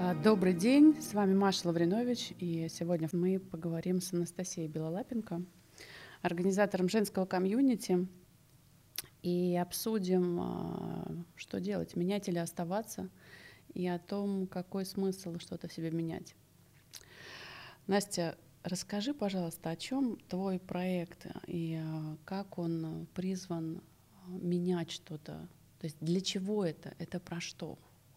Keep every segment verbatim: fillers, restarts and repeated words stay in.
Добрый день, с вами Маша Лавринович, и сегодня мы поговорим с Анастасией Белолапенко, организатором женского комьюнити, и обсудим, что делать, менять или оставаться, и о том, какой смысл что-то в себе менять. Настя, расскажи, пожалуйста, о чем твой проект и как он призван менять что-то, то есть для чего это, это про что?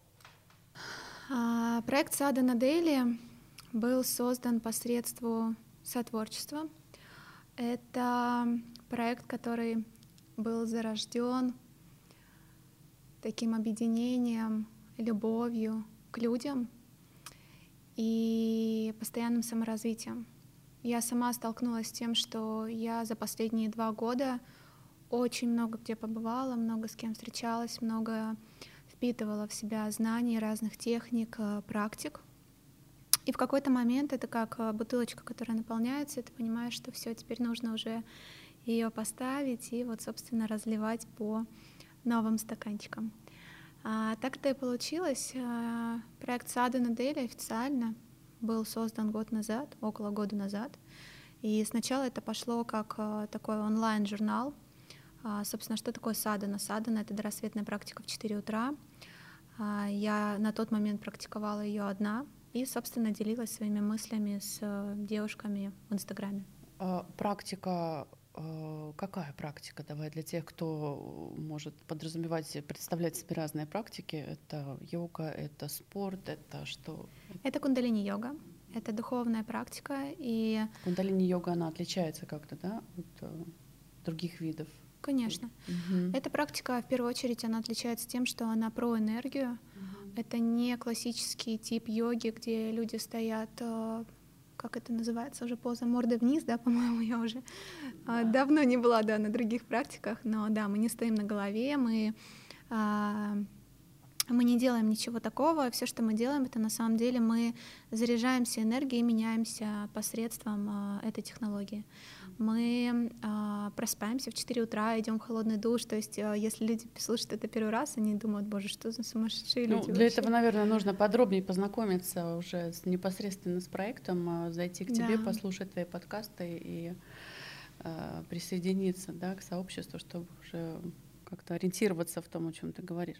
Проект Sadhana Daily был создан посредством сотворчества. Это проект, который был зарожден таким объединением, любовью к людям и постоянным саморазвитием. Я сама столкнулась с тем, что я за последние два года очень много где побывала, много с кем встречалась, много впитывала в себя знаний разных техник, практик. И в какой-то момент это как бутылочка, которая наполняется, и ты понимаешь, что все, теперь нужно уже ее поставить и вот, собственно, разливать по новым стаканчикам. А, так это и получилось. Проект Sadhana Daily официально был создан год назад, около года назад. И сначала это пошло как такой онлайн-журнал. Собственно, что такое садхана? Садхана — это дорассветная практика в четыре утра. Я на тот момент практиковала ее одна и, собственно, делилась своими мыслями с девушками в Инстаграме. А, практика, какая практика? Давай для тех, кто может подразумевать, представлять себе разные практики. Это йога, это спорт, это что? Это кундалини-йога. Это духовная практика. И кундалини-йога, она отличается как-то, да, от других видов? Конечно. Угу. Эта практика, в первую очередь, она отличается тем, что она про энергию. Угу. Это не классический тип йоги, где люди стоят, как это называется, уже поза мордой вниз, да, по-моему, я уже да. давно не была, да, на других практиках, но да, мы не стоим на голове, мы, мы не делаем ничего такого, все, что мы делаем, это на самом деле мы заряжаемся энергией и меняемся посредством этой технологии. Мы э, просыпаемся в четыре утра, идем в холодный душ. То есть, э, если люди слышат это первый раз, они думают: боже, что за сумасшедшие ну, люди. Для вообще? этого, наверное, нужно подробнее познакомиться уже с, непосредственно с проектом, зайти к тебе, да. послушать твои подкасты и э, присоединиться, да, к сообществу, чтобы уже как-то ориентироваться в том, о чем ты говоришь.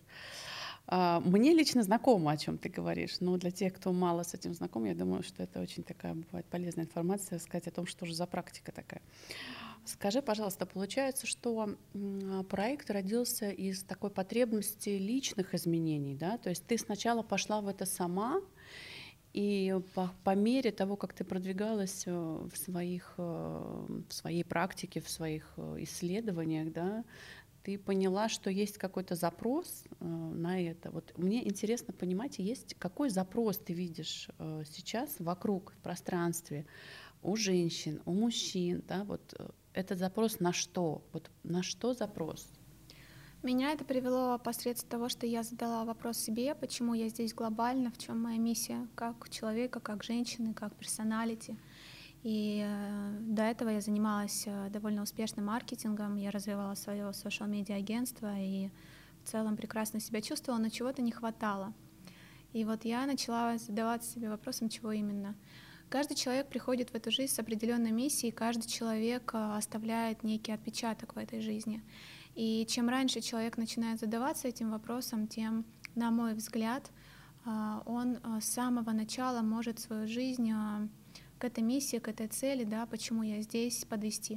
Мне лично знакомо, о чем ты говоришь, но для тех, кто мало с этим знаком, я думаю, что это очень такая бывает полезная информация, сказать о том, что же за практика такая. Скажи, пожалуйста, получается, что проект родился из такой потребности личных изменений, да? То есть ты сначала пошла в это сама, и по, по мере того, как ты продвигалась в, своих, в своей практике, в своих исследованиях, да, ты поняла, что есть какой-то запрос э, на это. Вот мне интересно понимать, есть какой запрос ты видишь э, сейчас вокруг, в пространстве, у женщин, у мужчин, да, вот э, этот запрос на что? Вот на что запрос? Меня это привело посредством того, что я задала вопрос себе, почему я здесь глобально, в чем моя миссия, как человека, как женщины, как персоналити. И э, до этого я занималась э, довольно успешным маркетингом, я развивала свое social-медиа агентство и в целом прекрасно себя чувствовала, но чего-то не хватало. И вот я начала задаваться себе вопросом, чего именно. Каждый человек приходит в эту жизнь с определенной миссией, каждый человек э, оставляет некий отпечаток в этой жизни. И чем раньше человек начинает задаваться этим вопросом, тем, на мой взгляд, э, он э, с самого начала может свою жизнь э, к этой миссии, к этой цели, да, почему я здесь, подвести.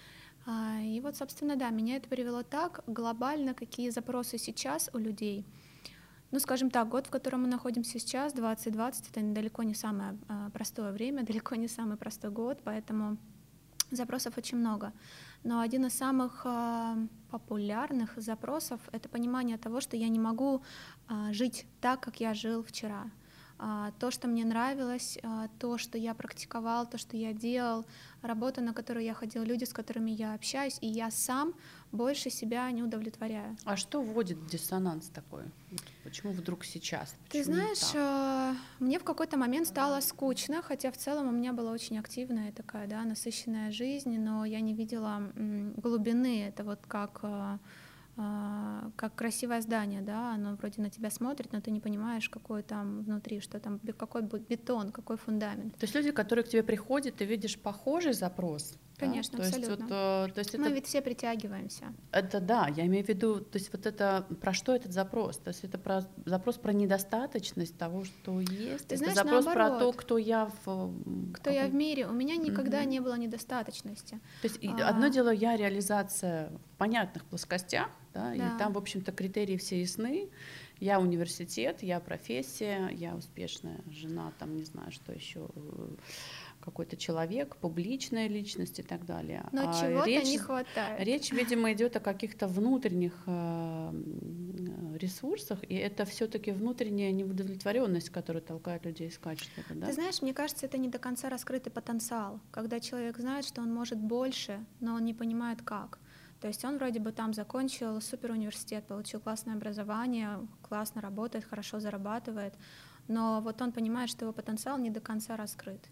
И вот, собственно, да, меня это привело так глобально, какие запросы сейчас у людей. Ну, скажем так, год, в котором мы находимся сейчас, двадцать двадцать, это далеко не самое простое время, далеко не самый простой год, поэтому запросов очень много. Но один из самых популярных запросов — это понимание того, что я не могу жить так, как я жил вчера. То, что мне нравилось, то, что я практиковал, то, что я делал, работа, на которую я ходил, люди, с которыми я общаюсь, и я сам больше себя не удовлетворяю. А что вводит в диссонанс такой? Почему вдруг сейчас? Почему Ты знаешь, так? Мне в какой-то момент стало скучно, хотя в целом у меня была очень активная такая, да, насыщенная жизнь, но я не видела глубины. Это вот как как красивое здание, да, оно вроде на тебя смотрит, но ты не понимаешь, какой там внутри, что там, какой бетон, какой фундамент. То есть люди, которые к тебе приходят, ты видишь похожий запрос? Конечно, да? абсолютно. То есть, вот, то есть Мы это, ведь все притягиваемся. Это да, я имею в виду, то есть вот это, про что этот запрос? То есть это про, запрос про недостаточность того, что есть? Ты это знаешь, запрос наоборот, про то, кто я в... Кто каком... я в мире? У меня никогда угу. не было недостаточности. То есть а... одно дело я реализация в понятных плоскостях, да, да. и там, в общем-то, критерии все ясны. Я университет, я профессия, я успешная жена, там, не знаю, что еще, какой-то человек, публичная личность и так далее. Но а чего-то речь, не хватает. Речь, видимо, идет о каких-то внутренних э, ресурсах, и это все-таки внутренняя неудовлетворенность, которая толкает людей искать что-то. Да? Ты знаешь, мне кажется, это не до конца раскрытый потенциал, когда человек знает, что он может больше, но он не понимает как. То есть он вроде бы там закончил суперуниверситет, получил классное образование, классно работает, хорошо зарабатывает, но вот он понимает, что его потенциал не до конца раскрыт.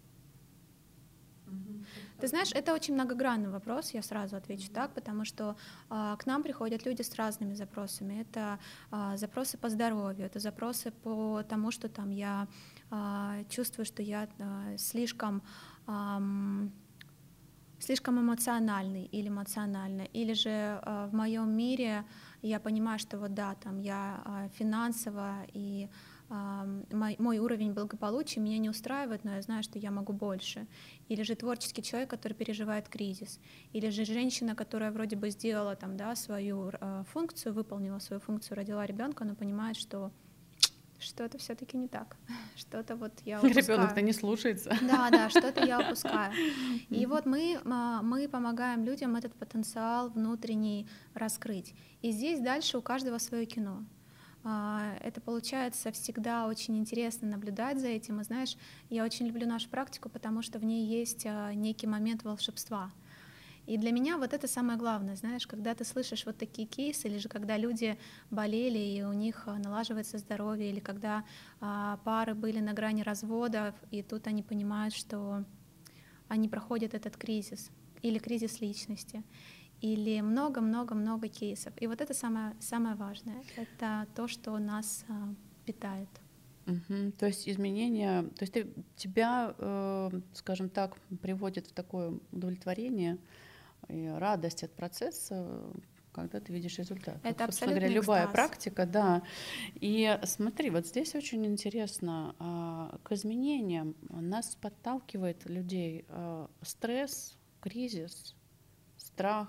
Ты знаешь, это очень многогранный вопрос, я сразу отвечу так, потому что а, к нам приходят люди с разными запросами. Это а, запросы по здоровью, это запросы по тому, что там я а, чувствую, что я а, слишком, а, слишком эмоциональный или эмоциональный, или же а, в моем мире я понимаю, что вот да, там я а, финансово и Мой, мой уровень благополучия меня не устраивает, но я знаю, что я могу больше. Или же творческий человек, который переживает кризис. Или же женщина, которая вроде бы сделала там, да, свою э, функцию, выполнила свою функцию, родила ребенка, но понимает, что что-то все-таки не так. Что-то вот я упускаю. Ребенок-то не слушается. Да, да, что-то я упускаю. И вот мы, мы помогаем людям этот потенциал внутренний раскрыть. И здесь дальше у каждого свое кино. Это получается всегда очень интересно наблюдать за этим. И знаешь, я очень люблю нашу практику, потому что в ней есть некий момент волшебства. И для меня вот это самое главное, знаешь, когда ты слышишь вот такие кейсы, или же когда люди болели, и у них налаживается здоровье, или когда а, пары были на грани развода, и тут они понимают, что они проходят этот кризис, или кризис личности, или много-много-много кейсов. И вот это самое, самое важное, это то, что нас а, питает. Угу. То есть изменения, то есть ты, тебя, э, скажем так, приводит в такое удовлетворение и радость от процесса, когда ты видишь результат. Это вот, абсолютно говоря, любая экстаз. Практика, да. И смотри, вот здесь очень интересно, а, к изменениям нас подталкивает людей а, стресс, кризис, страх.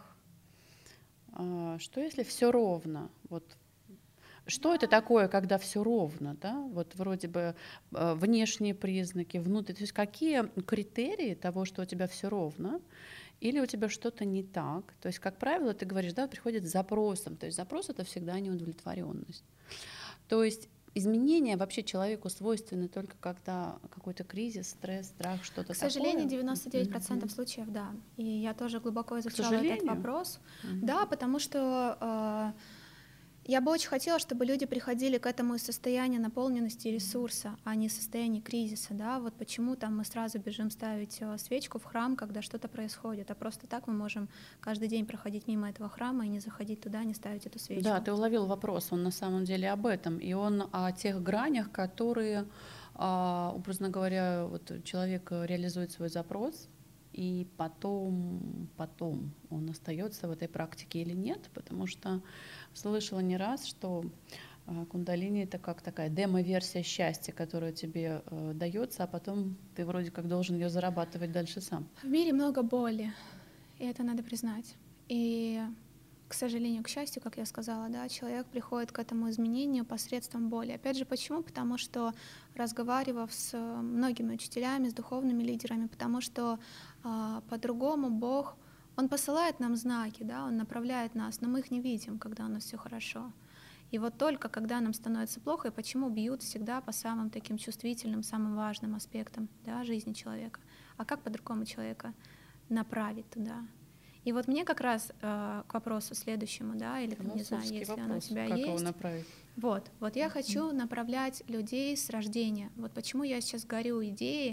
А, что если все ровно? Вот. Что это такое, когда все ровно, да? Вот вроде бы э, внешние признаки, внутренние. То есть какие критерии того, что у тебя все ровно, или у тебя что-то не так? То есть, как правило, ты говоришь, да, приходит с запросом. То есть запрос — это всегда неудовлетворенность. То есть изменения вообще человеку свойственны только когда какой-то кризис, стресс, страх, что-то такое. К сожалению, девяносто девять процентов mm-hmm. случаев, да. И я тоже глубоко изучала этот вопрос. Mm-hmm. Да, потому что э, я бы очень хотела, чтобы люди приходили к этому из состояния наполненности ресурса, а не состояния кризиса. Да? Вот почему там мы сразу бежим ставить свечку в храм, когда что-то происходит, а просто так мы можем каждый день проходить мимо этого храма и не заходить туда, не ставить эту свечку. Да, ты уловил вопрос, он на самом деле об этом, и он о тех гранях, которые, образно говоря, вот человек реализует свой запрос, и потом, потом он остается в этой практике или нет, потому что слышала не раз, что кундалини — это как такая демо-версия счастья, которая тебе э, дается, а потом ты вроде как должен ее зарабатывать дальше сам. В мире много боли, и это надо признать. И, к сожалению, к счастью, как я сказала, да, человек приходит к этому изменению посредством боли. Опять же, почему? Потому что, разговаривав с многими учителями, с духовными лидерами, потому что э, по-другому Бог, Он посылает нам знаки, да, Он направляет нас, но мы их не видим, когда у нас все хорошо. И вот только когда нам становится плохо, и почему бьют всегда по самым таким чувствительным, самым важным аспектам, да, жизни человека. А как по-другому человека направить туда? И вот мне как раз э, к вопросу следующему, да, или там, не знаю, если вопрос, оно у тебя как есть. Его направить? Вот, вот я хочу направлять людей с рождения. Вот почему я сейчас горю идеей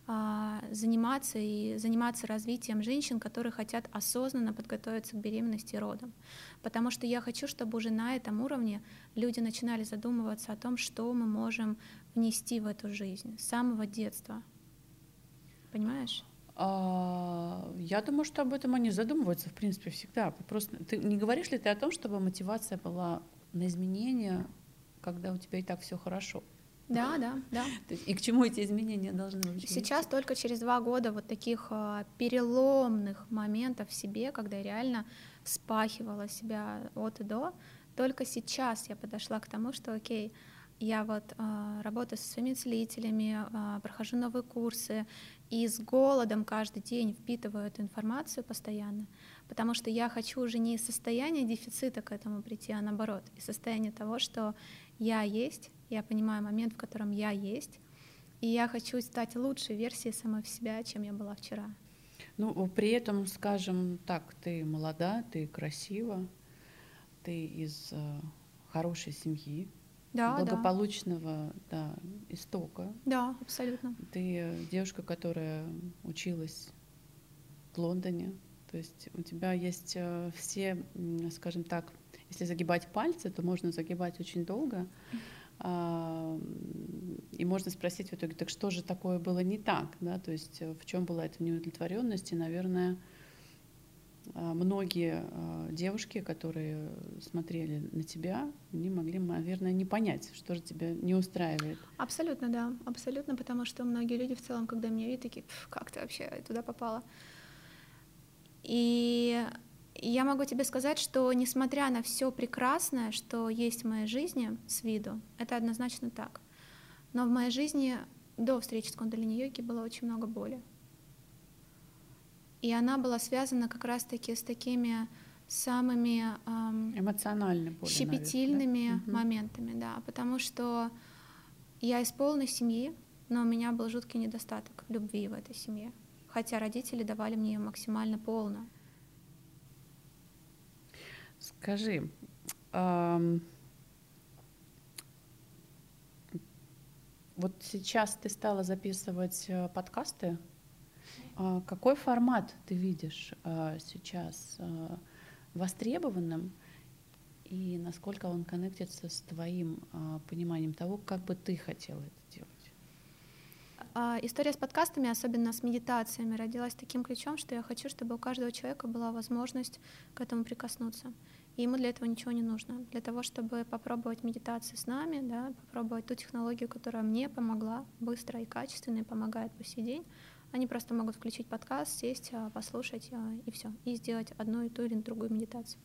заниматься и заниматься развитием женщин, которые хотят осознанно подготовиться к беременности и родам. Потому что я хочу, чтобы уже на этом уровне люди начинали задумываться о том, что мы можем внести в эту жизнь с самого детства. Понимаешь? А, я думаю, что об этом они задумываются, в принципе, всегда. Просто ты не говоришь ли ты о том, чтобы мотивация была на изменения, когда у тебя и так все хорошо? Да, да, да. И к чему эти изменения должны быть? Сейчас только через два года вот таких а, переломных моментов в себе, когда я реально вспахивала себя от и до, только сейчас я подошла к тому, что окей, я вот а, работаю со своими целителями, а, прохожу новые курсы и с голодом каждый день впитываю эту информацию постоянно, потому что я хочу уже не из состояния дефицита к этому прийти, а наоборот, из состояния того, что я есть, я понимаю момент, в котором я есть, и я хочу стать лучшей версией самой себя, чем я была вчера. Ну, при этом, скажем так, ты молода, ты красива, ты из э, хорошей семьи, да, благополучного да. Да, истока. Да, абсолютно. Ты девушка, которая училась в Лондоне, то есть у тебя есть э, все, скажем так, если загибать пальцы, то можно загибать очень долго. И можно спросить в итоге, так что же такое было не так, да, то есть в чем была эта неудовлетворенность, и, наверное, многие девушки, которые смотрели на тебя, не могли, наверное, не понять, что же тебя не устраивает. Абсолютно, да, абсолютно, потому что многие люди в целом, когда меня видят, такие, как ты вообще туда попала? И я могу тебе сказать, что несмотря на все прекрасное, что есть в моей жизни с виду, это однозначно так. Но в моей жизни до встречи с кундалини-йоги было очень много боли. И она была связана как раз-таки с такими самыми эм, эмоциональными, щепетильными наверное, да? моментами, да, потому что я из полной семьи, но у меня был жуткий недостаток любви в этой семье, хотя родители давали мне ее максимально полно. Скажи, эм, вот сейчас ты стала записывать подкасты. А какой формат ты видишь э, сейчас э, востребованным, и насколько он коннектится с твоим э, пониманием того, как бы ты хотела это делать? История с подкастами, особенно с медитациями, родилась таким ключом, что я хочу, чтобы у каждого человека была возможность к этому прикоснуться. И ему для этого ничего не нужно. Для того, чтобы попробовать медитации с нами, да, попробовать ту технологию, которая мне помогла быстро и качественно, и помогает по сей день, они просто могут включить подкаст, сесть, послушать и все, и сделать одну и ту или другую медитацию.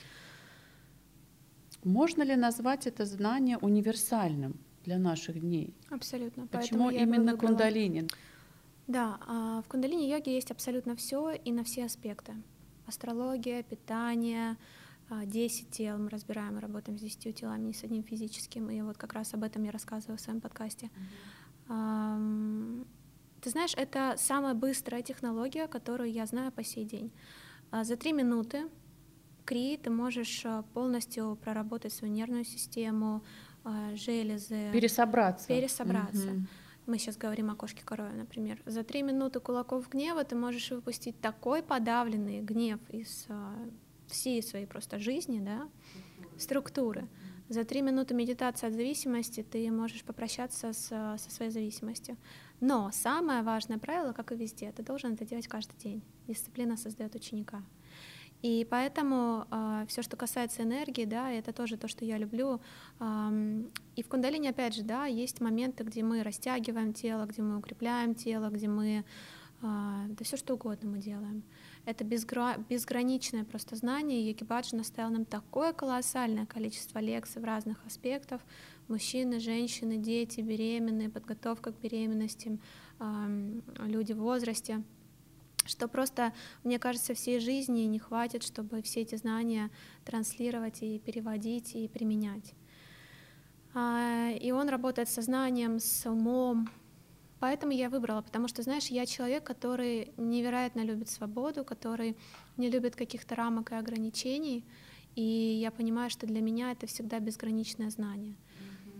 Можно ли назвать это знание универсальным для наших дней? Абсолютно. Почему именно кундалини? Да, в кундалини-йоге есть абсолютно все и на все аспекты. Астрология, питание, десять тел, мы разбираем, мы работаем с десятью телами, не с одним физическим, и вот как раз об этом я рассказываю в своем подкасте. Mm-hmm. Ты знаешь, это самая быстрая технология, которую я знаю по сей день. За три минуты кри ты можешь полностью проработать свою нервную систему, железы. Пересобраться. Пересобраться. Mm-hmm. Мы сейчас говорим о кошке корове, например. За три минуты кулаков гнева ты можешь выпустить такой подавленный гнев из всей своей просто жизни, да, структуры. За три минуты медитации от зависимости ты можешь попрощаться с, со своей зависимостью. Но самое важное правило, как и везде, ты должен это делать каждый день. Дисциплина создает ученика. И поэтому э, все, что касается энергии, да, это тоже то, что я люблю. Э, и в кундалини, опять же, да, есть моменты, где мы растягиваем тело, где мы укрепляем тело, где мы э, да все что угодно мы делаем. Это безгра... безграничное просто знание. Йоги Баджан оставил нам такое колоссальное количество лекций в разных аспектах. Мужчины, женщины, дети, беременные, подготовка к беременности, э, люди в возрасте, что просто, мне кажется, всей жизни не хватит, чтобы все эти знания транслировать и переводить и применять. Э, и он работает с сознанием, с умом. Поэтому я выбрала, потому что, знаешь, я человек, который невероятно любит свободу, который не любит каких-то рамок и ограничений, и я понимаю, что для меня это всегда безграничное знание.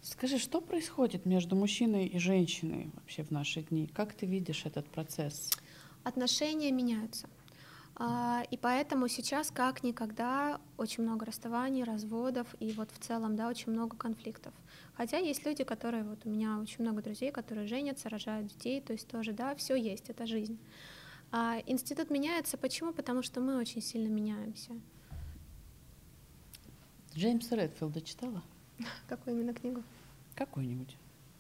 Скажи, что происходит между мужчиной и женщиной вообще в наши дни? Как ты видишь этот процесс? Отношения меняются. И поэтому сейчас как никогда очень много расставаний, разводов и вот в целом, да, очень много конфликтов. Хотя есть люди, которые, вот у меня очень много друзей, которые женятся, рожают детей, то есть тоже, да, все есть, это жизнь. А институт меняется, почему? Потому что мы очень сильно меняемся. Джеймса Редфилда читала? Какую именно книгу? Какую-нибудь.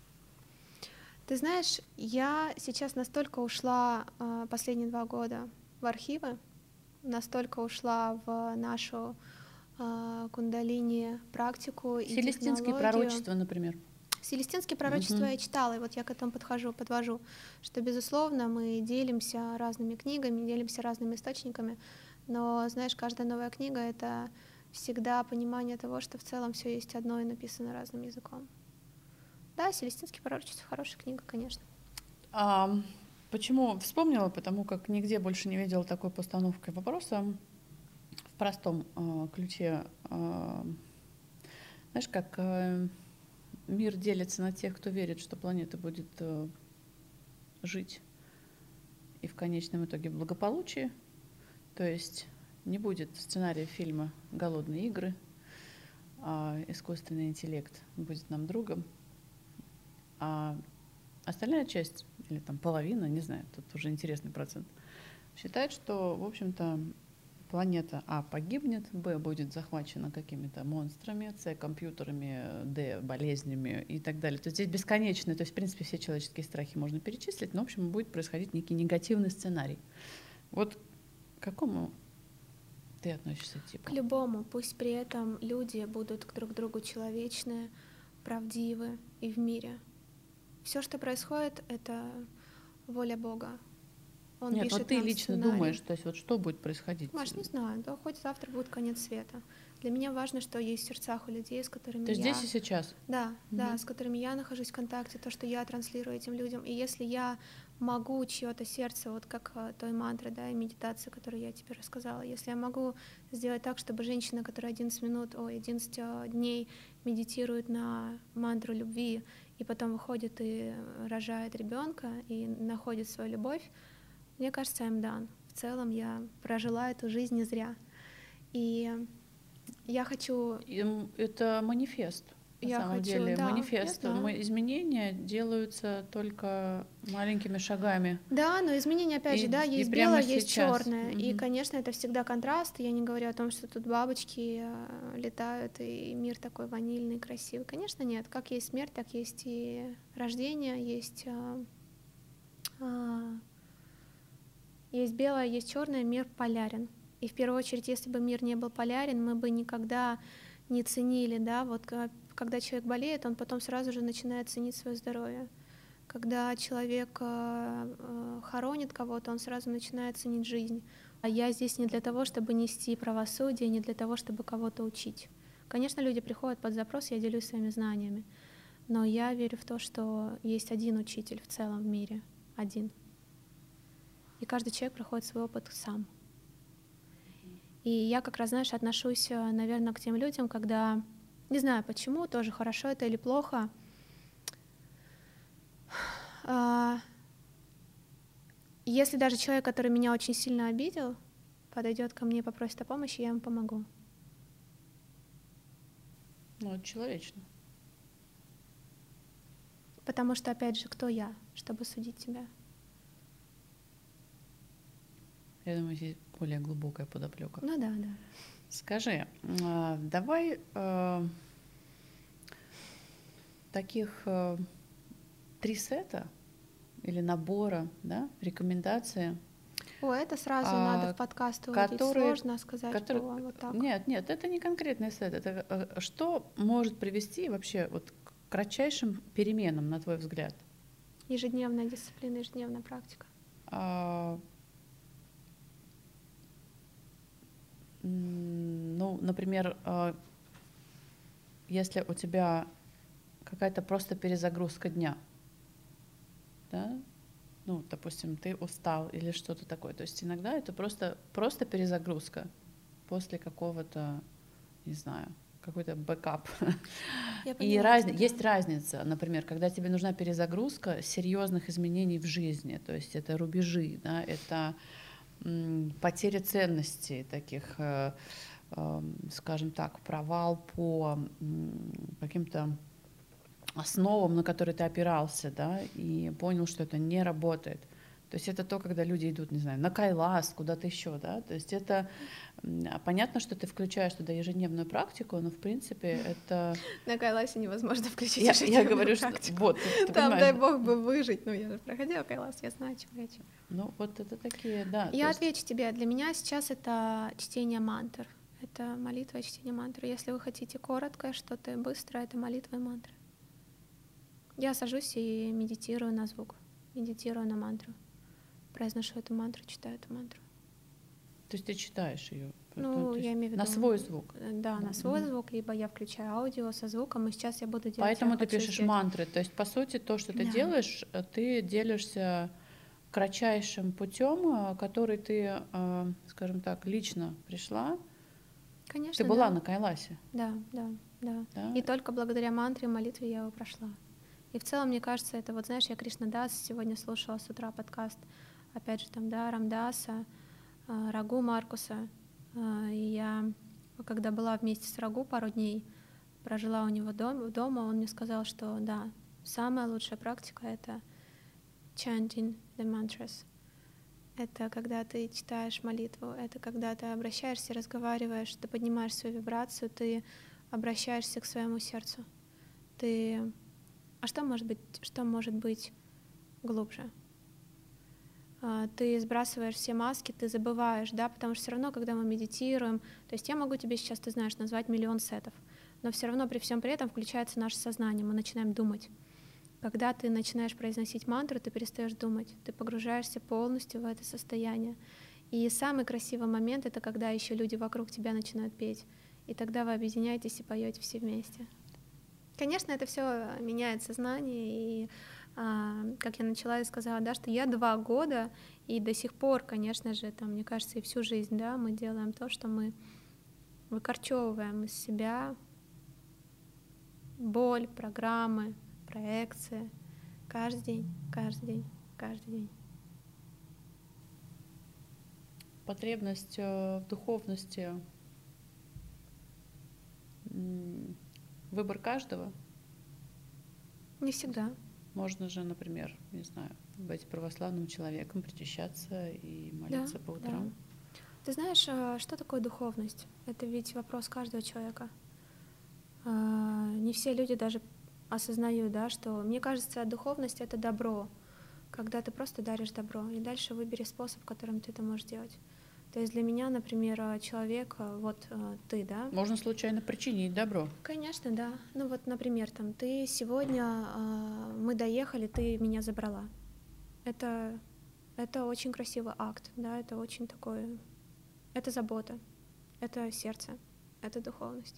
Ты знаешь, я сейчас настолько ушла э, последние два года в архивы, настолько ушла в нашу э, кундалини практику и Селестинские технологию. пророчества, например. Селестинские пророчества угу. я читала, и вот я к этому подхожу, подвожу, что, безусловно, мы делимся разными книгами, делимся разными источниками, но, знаешь, каждая новая книга — это всегда понимание того, что в целом все есть одно и написано разным языком. Да, «Селестинские пророчества» — хорошая книга, конечно. А почему вспомнила? Потому как нигде больше не видела такой постановки вопроса в простом э, ключе. Э, знаешь, как э, мир делится на тех, кто верит, что планета будет э, жить и в конечном итоге благополучие. То есть не будет сценария фильма «Голодные игры», а искусственный интеллект будет нам другом. А остальная часть, или там половина, не знаю, тут уже интересный процент, считает, что, в общем-то, планета А погибнет, Б будет захвачена какими-то монстрами, С компьютерами, Д болезнями и так далее. То есть здесь бесконечно, то есть, в принципе, все человеческие страхи можно перечислить, но, в общем, будет происходить некий негативный сценарий. Вот к какому ты относишься типу? К любому, пусть при этом люди будут друг к другу человечные, правдивы и в мире. Все, что происходит, это воля Бога. Он Нет, пишет вот ты нам лично сценарий. думаешь, то есть вот что будет происходить? Маш, не знаю, да, хоть завтра будет конец света. Для меня важно, что есть в сердцах у людей, с которыми то я... здесь и сейчас? Да, угу. да, Угу. с которыми я нахожусь в контакте, то, что я транслирую этим людям. И если я могу чье-то сердце, вот как той мантры, да, и медитации, которую я тебе рассказала, если я могу сделать так, чтобы женщина, которая одиннадцать минут, ой, одиннадцать дней медитирует на мантру любви, и потом выходит и рожает ребенка и находит свою любовь, мне кажется, I'm done. В целом я прожила эту жизнь не зря. И я хочу... Это манифест. На я самом хочу, деле, да, манифест. Мы, изменения делаются только маленькими шагами. Да, но изменения, опять и, же, да, есть белое, есть черное. Угу. И, конечно, это всегда контраст. Я не говорю о том, что тут бабочки э, летают, и мир такой ванильный, красивый. Конечно, нет. Как есть смерть, так есть и рождение, есть, э, э, есть белое, есть черное, мир полярен. И в первую очередь, если бы мир не был полярен, мы бы никогда не ценили, да, вот когда человек болеет, он потом сразу же начинает ценить свое здоровье. Когда человек э, хоронит кого-то, он сразу начинает ценить жизнь. А я здесь не для того, чтобы нести правосудие, не для того, чтобы кого-то учить. Конечно, люди приходят под запрос, я делюсь своими знаниями, но я верю в то, что есть один учитель в целом в мире, один. И каждый человек проходит свой опыт сам. И я как раз, знаешь, отношусь, наверное, к тем людям, когда, не знаю почему, тоже хорошо это или плохо, если даже человек, который меня очень сильно обидел, подойдет ко мне и попросит о помощи, я ему помогу. Ну, это человечно. Потому что, опять же, кто я, чтобы судить тебя? Я думаю, здесь более глубокая подоплека. Ну да, да. Скажи, давай э, таких э, три сета или набора, да, рекомендации. О, это сразу а, надо в подкаст уводить. Которые, Сложно сказать, которые, что вот так. Нет, нет, это не конкретный сет. Это что может привести вообще вот к кратчайшим переменам, на твой взгляд? Ежедневная дисциплина, ежедневная практика. А, ну, например, если у тебя какая-то просто перезагрузка дня, да, ну, допустим, ты устал или что-то такое, то есть иногда это просто, просто перезагрузка после какого-то, не знаю, какой-то бэкап. Я И поняла раз... тебя, да. есть разница, например, когда тебе нужна перезагрузка серьезных изменений в жизни, то есть это рубежи, да, это м, потеря ценностей таких, э, э, скажем так, провал по м, каким-то основам, на которые ты опирался, да, и понял, что это не работает. То есть это то, когда люди идут, не знаю, на Кайлас, куда-то еще, да, то есть это понятно, что ты включаешь туда ежедневную практику, но в принципе это... На Кайласе невозможно включить я, ежедневную я говорю, практику. Что, вот, ты, ты Там, понимаешь, дай бог бы выжить, ну я же проходила Кайлас, я знаю, чем речь. Ну вот это такие, да. Я есть... отвечу тебе, для меня сейчас это чтение мантр, это молитва и чтение мантры. Если вы хотите коротко, что-то быстрое, это молитва и мантры. Я сажусь и медитирую на звук, медитирую на мантру. Произношу эту мантру, читаю эту мантру. То есть ты читаешь ее? Ну, я имею в виду... На свой звук? Да, на свой mm-hmm. звук, либо я включаю аудио со звуком, и сейчас я буду делать... Поэтому ты пишешь сделать... мантры, то есть, по сути, то, что ты да. делаешь, ты делишься кратчайшим путем, который ты, скажем так, лично пришла. Конечно, Ты была да. на Кайласе? Да, да, да, да. И только благодаря мантре и молитве я его прошла. И в целом, мне кажется, это вот, знаешь, я Кришна Дас сегодня слушала с утра подкаст, опять же, там, да, Рамдаса, Рагу Маркуса. И я, когда была вместе с Рагу пару дней, прожила у него дом, дома, он мне сказал, что да, самая лучшая практика — это chanting the mantras. Это когда ты читаешь молитву, это когда ты обращаешься, разговариваешь, ты поднимаешь свою вибрацию, ты обращаешься к своему сердцу. Ты... А что может быть, что может быть глубже? Ты сбрасываешь все маски, ты забываешь, да, потому что все равно, когда мы медитируем, то есть я могу тебе сейчас, ты знаешь, назвать миллион сетов, но все равно при всем при этом включается наше сознание, мы начинаем думать. Когда ты начинаешь произносить мантру, ты перестаешь думать, ты погружаешься полностью в это состояние. И самый красивый момент — это когда еще люди вокруг тебя начинают петь, и тогда вы объединяетесь и поете все вместе. Конечно, это все меняет сознание, и а, как я начала и сказала, да, что я два года, и до сих пор, конечно же, там, мне кажется, и всю жизнь, да, мы делаем то, что мы выкорчевываем из себя боль, программы, проекции, каждый день, каждый день, каждый день. Потребность в духовности, выбор каждого? Не всегда. Можно же, например, не знаю, быть православным человеком, причащаться и молиться да, по утрам. Да. Ты знаешь, что такое духовность? Это ведь вопрос каждого человека. Не все люди даже осознают, да, что, мне кажется, духовность — это добро, когда ты просто даришь добро, и дальше выбери способ, которым ты это можешь делать. То есть для меня, например, человек, вот ты, да? Можно случайно причинить добро. Конечно, да. Ну вот, например, там, ты сегодня, мы доехали, ты меня забрала. Это, это очень красивый акт, да, это очень такой, это забота, это сердце, это духовность.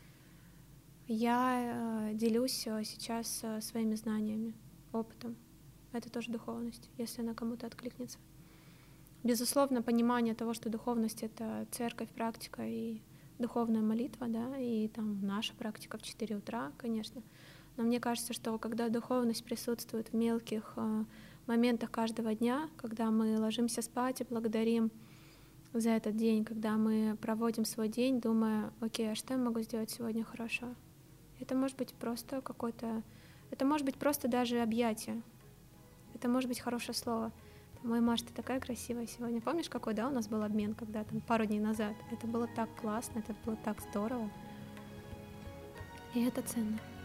Я делюсь сейчас своими знаниями, опытом. Это тоже духовность, если она кому-то откликнется. Безусловно, понимание того, что духовность — это церковь, практика и духовная молитва, да, и там наша практика в четыре утра, конечно. Но мне кажется, что когда духовность присутствует в мелких э, моментах каждого дня, когда мы ложимся спать и благодарим за этот день, когда мы проводим свой день, думая, окей, а что я могу сделать сегодня хорошо? Это может быть просто какое-то... Это может быть просто даже объятие. Это может быть хорошее слово. Ой, Маш, ты такая красивая сегодня. Помнишь, какой, да, у нас был обмен, когда там пару дней назад? Это было так классно, это было так здорово. И это ценно.